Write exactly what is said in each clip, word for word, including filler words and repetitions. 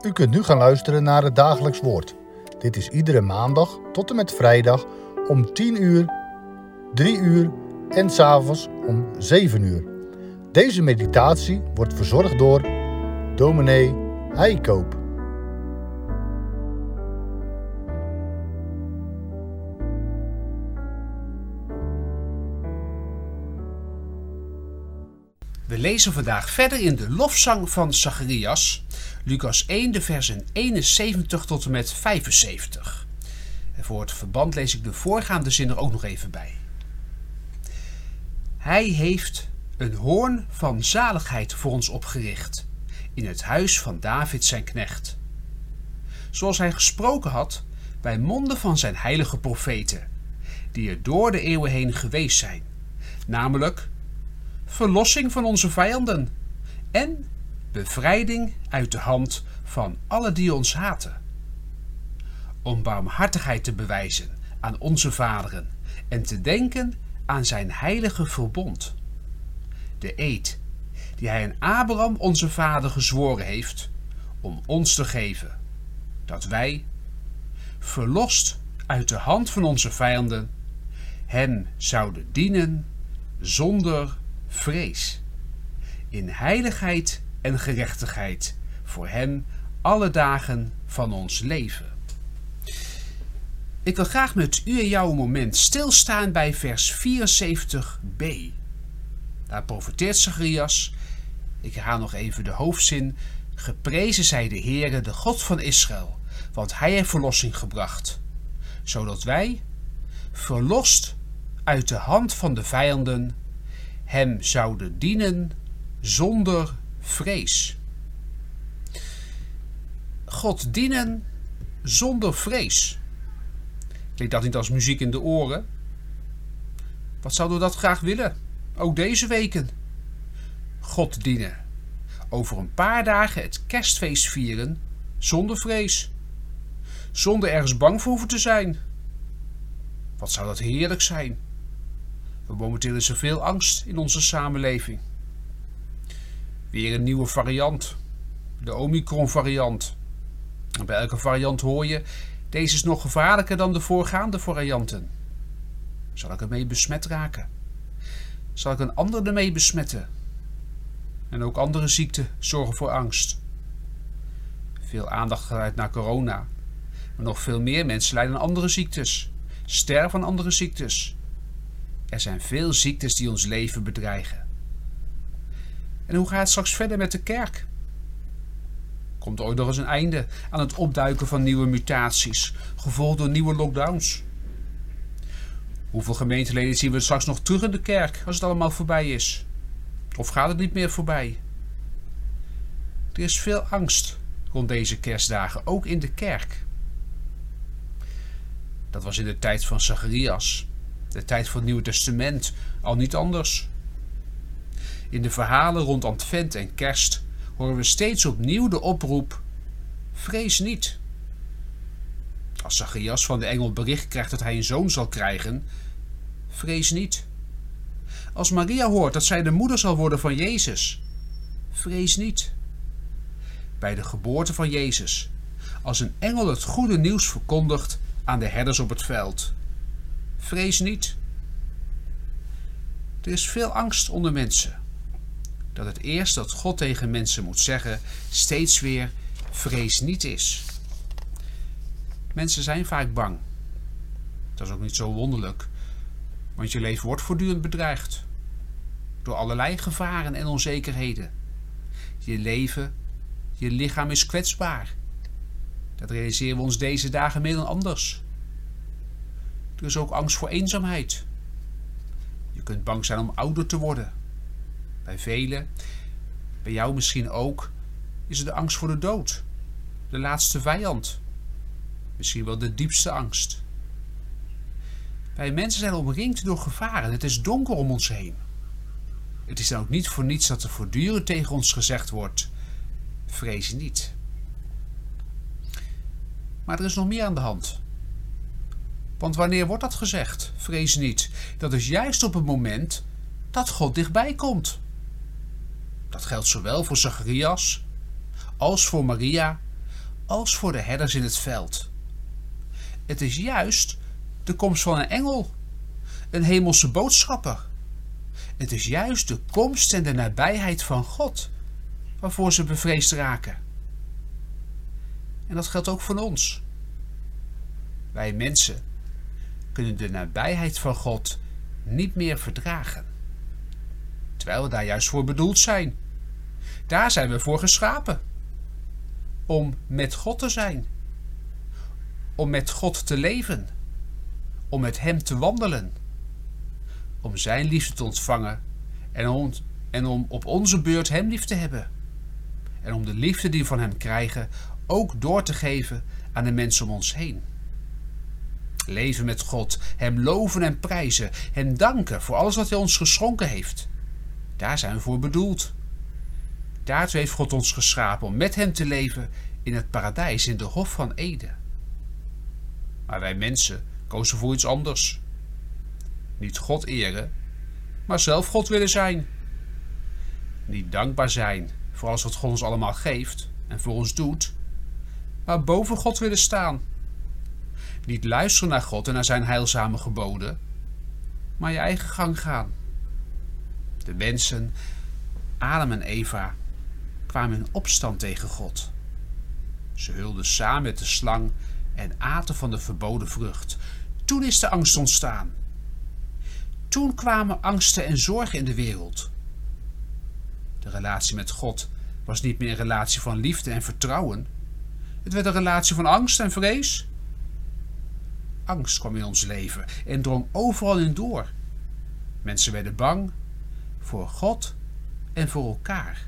U kunt nu gaan luisteren naar het dagelijks woord. Dit is iedere maandag tot en met vrijdag om tien uur, drie uur en 's avonds om zeven uur. Deze meditatie wordt verzorgd door dominee Heikoop. We lezen vandaag verder in de lofzang van Zacharias, Lucas één, de versen eenenzeventig tot en met vijfenzeventig. En voor het verband lees ik de voorgaande zin er ook nog even bij. Hij heeft een hoorn van zaligheid voor ons opgericht, in het huis van David zijn knecht. Zoals hij gesproken had bij monden van zijn heilige profeten, die er door de eeuwen heen geweest zijn, namelijk verlossing van onze vijanden en bevrijding uit de hand van alle die ons haten. Om barmhartigheid te bewijzen aan onze vaderen en te denken aan zijn heilige verbond. De eed die hij aan Abraham onze vader gezworen heeft om ons te geven, dat wij, verlost uit de hand van onze vijanden, hem zouden dienen zonder vrees, in heiligheid en gerechtigheid voor hem alle dagen van ons leven. Ik wil graag met u en jou een moment stilstaan bij vers vierenzeventig b. Daar profeteert Zacharias, ik herhaal nog even de hoofdzin: geprezen zij de Heere, de God van Israël, want hij heeft verlossing gebracht, zodat wij, verlost uit de hand van de vijanden, hem zouden dienen zonder vrees. God dienen zonder vrees. Klinkt dat niet als muziek in de oren? Wat zouden we dat graag willen? Ook deze weken. God dienen. Over een paar dagen het kerstfeest vieren zonder vrees. Zonder ergens bang voor hoeven te zijn. Wat zou dat heerlijk zijn? Want momenteel is er veel angst in onze samenleving. Weer een nieuwe variant. De Omicron variant. En bij elke variant hoor je, deze is nog gevaarlijker dan de voorgaande varianten. Zal ik ermee besmet raken? Zal ik een ander ermee besmetten? En ook andere ziekten zorgen voor angst. Veel aandacht gaat uit naar corona. Maar nog veel meer mensen lijden aan andere ziektes. Sterven aan andere ziektes. Er zijn veel ziektes die ons leven bedreigen. En hoe gaat het straks verder met de kerk? Komt er ooit nog eens een einde aan het opduiken van nieuwe mutaties, gevolgd door nieuwe lockdowns? Hoeveel gemeenteleden zien we straks nog terug in de kerk als het allemaal voorbij is? Of gaat het niet meer voorbij? Er is veel angst rond deze kerstdagen, ook in de kerk. Dat was in de tijd van Zacharias, de tijd van het Nieuwe Testament, al niet anders. In de verhalen rond Advent en Kerst horen we steeds opnieuw de oproep: vrees niet. Als Zacharias van de engel bericht krijgt dat hij een zoon zal krijgen, vrees niet. Als Maria hoort dat zij de moeder zal worden van Jezus, vrees niet. Bij de geboorte van Jezus, als een engel het goede nieuws verkondigt aan de herders op het veld, vrees niet. Er is veel angst onder mensen. Dat het eerst dat God tegen mensen moet zeggen steeds weer vrees niet is. Mensen zijn vaak bang. Dat is ook niet zo wonderlijk, want je leven wordt voortdurend bedreigd door allerlei gevaren en onzekerheden. Je leven, je lichaam is kwetsbaar. Dat realiseren we ons deze dagen meer dan anders. Er is ook angst voor eenzaamheid. Je kunt bang zijn om ouder te worden. Bij velen, bij jou misschien ook, is er de angst voor de dood. De laatste vijand. Misschien wel de diepste angst. Wij mensen zijn omringd door gevaren. Het is donker om ons heen. Het is dan ook niet voor niets dat er voortdurend tegen ons gezegd wordt: vrees niet. Maar er is nog meer aan de hand. Want wanneer wordt dat gezegd? Vrees niet. Dat is juist op het moment dat God dichtbij komt. Dat geldt zowel voor Zacharias als voor Maria, als voor de herders in het veld. Het is juist de komst van een engel, een hemelse boodschapper. Het is juist de komst en de nabijheid van God waarvoor ze bevreesd raken. En dat geldt ook voor ons. Wij mensen kunnen de nabijheid van God niet meer verdragen, terwijl we daar juist voor bedoeld zijn. Daar zijn we voor geschapen. Om met God te zijn. Om met God te leven. Om met Hem te wandelen. Om Zijn liefde te ontvangen en om, en om op onze beurt Hem lief te hebben. En om de liefde die we van Hem krijgen ook door te geven aan de mensen om ons heen. Leven met God, Hem loven en prijzen, Hem danken voor alles wat Hij ons geschonken heeft. Daar zijn we voor bedoeld. Daartoe heeft God ons geschapen om met Hem te leven in het paradijs, in de Hof van Eden. Maar wij mensen kozen voor iets anders. Niet God eren, maar zelf God willen zijn. Niet dankbaar zijn voor alles wat God ons allemaal geeft en voor ons doet, maar boven God willen staan. Niet luisteren naar God en naar Zijn heilzame geboden, maar je eigen gang gaan. De mensen, Adam en Eva, kwamen in opstand tegen God. Ze hulden samen met de slang en aten van de verboden vrucht. Toen is de angst ontstaan. Toen kwamen angsten en zorgen in de wereld. De relatie met God was niet meer een relatie van liefde en vertrouwen. Het werd een relatie van angst en vrees. Angst kwam in ons leven en drong overal in door. Mensen werden bang voor God en voor elkaar.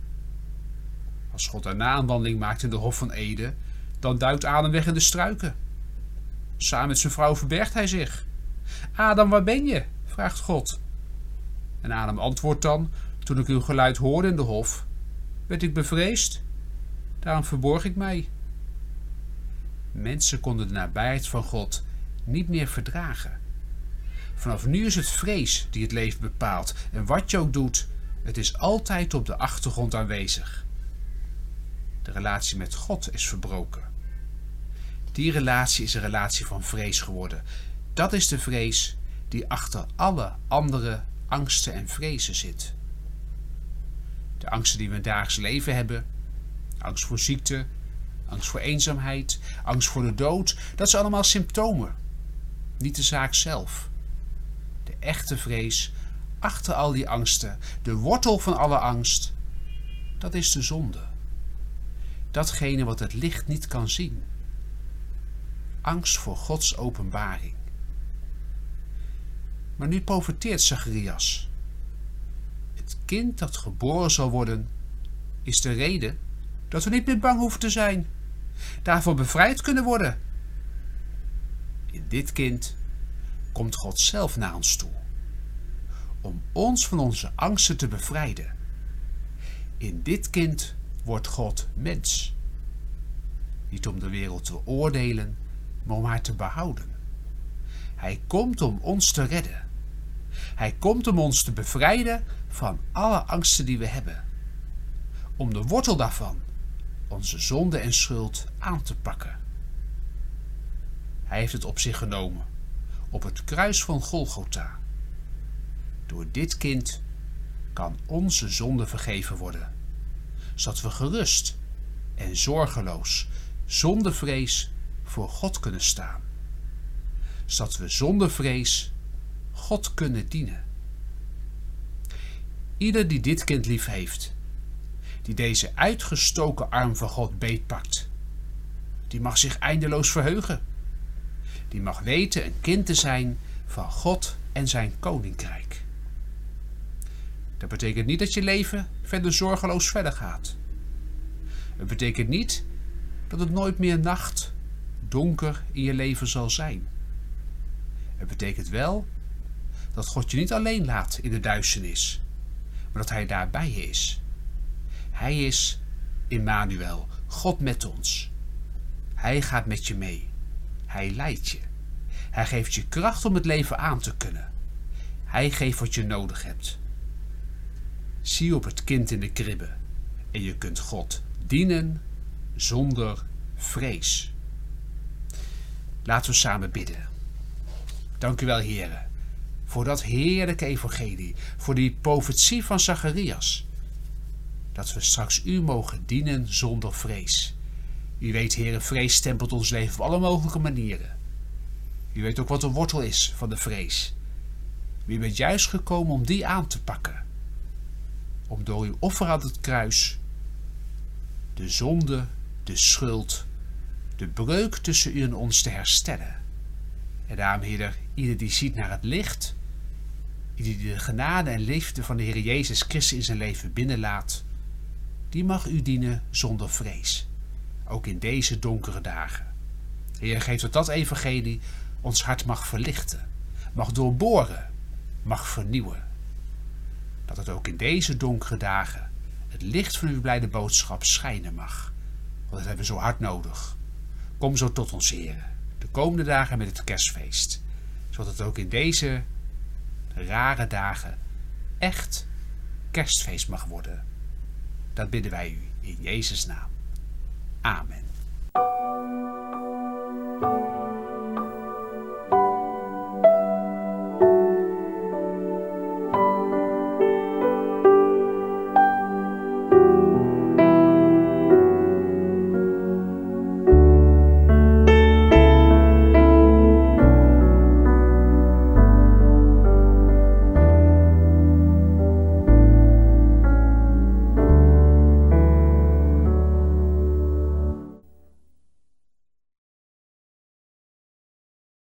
Als God daarna een wandeling maakt in de Hof van Eden, dan duikt Adam weg in de struiken. Samen met zijn vrouw verbergt hij zich. Adam, waar ben je? Vraagt God. En Adam antwoordt dan: toen ik uw geluid hoorde in de hof, werd ik bevreesd. Daarom verborg ik mij. Mensen konden de nabijheid van God niet meer verdragen. Vanaf nu is het vrees die het leven bepaalt. En wat je ook doet, het is altijd op de achtergrond aanwezig. De relatie met God is verbroken. Die relatie is een relatie van vrees geworden. Dat is de vrees die achter alle andere angsten en vrezen zit. De angsten die we in het dagelijks leven hebben, angst voor ziekte, angst voor eenzaamheid, angst voor de dood, dat zijn allemaal symptomen, niet de zaak zelf. De echte vrees achter al die angsten, de wortel van alle angst, dat is de zonde. Datgene wat het licht niet kan zien. Angst voor Gods openbaring. Maar nu profeteert Zacharias. Het kind dat geboren zal worden, is de reden dat we niet meer bang hoeven te zijn. Daarvoor bevrijd kunnen worden. In dit kind komt God zelf naar ons toe. Om ons van onze angsten te bevrijden. In dit kind wordt God mens. Niet om de wereld te oordelen, maar om haar te behouden. Hij komt om ons te redden. Hij komt om ons te bevrijden van alle angsten die we hebben. Om de wortel daarvan, onze zonde en schuld, aan te pakken. Hij heeft het op zich genomen, op het kruis van Golgotha. Door dit kind kan onze zonde vergeven worden, zodat we gerust en zorgeloos, zonder vrees, voor God kunnen staan. Zodat we zonder vrees God kunnen dienen. Ieder die dit kind lief heeft, die deze uitgestoken arm van God beetpakt, die mag zich eindeloos verheugen. Die mag weten een kind te zijn van God en zijn koninkrijk. Dat betekent niet dat je leven verder zorgeloos verder gaat. Het betekent niet dat het nooit meer nacht, donker in je leven zal zijn. Het betekent wel dat God je niet alleen laat in de duisternis, maar dat Hij daar bij je is. Hij is Immanuel, God met ons. Hij gaat met je mee. Hij leidt je. Hij geeft je kracht om het leven aan te kunnen. Hij geeft wat je nodig hebt. Zie op het kind in de kribbe en je kunt God dienen zonder vrees. Laten we samen bidden. Dank u wel, Heere, voor dat heerlijke evangelie, voor die profetie van Zacharias. Dat we straks u mogen dienen zonder vrees. U weet, Heere, vrees stempelt ons leven op alle mogelijke manieren. U weet ook wat de wortel is van de vrees. U bent juist gekomen om die aan te pakken. Om door uw offer aan het kruis de zonde, de schuld, de breuk tussen u en ons te herstellen. En daarom, Heer, ieder die ziet naar het licht, ieder die de genade en liefde van de Heer Jezus Christus in zijn leven binnenlaat, die mag u dienen zonder vrees. Ook in deze donkere dagen. Heer, geef dat dat evangelie ons hart mag verlichten, mag doorboren, mag vernieuwen. Dat het ook in deze donkere dagen het licht van uw blijde boodschap schijnen mag. Want dat hebben we zo hard nodig. Kom zo tot ons, Heer, de komende dagen met het kerstfeest. Zodat het ook in deze rare dagen echt kerstfeest mag worden. Dat bidden wij u in Jezus' naam. Amen.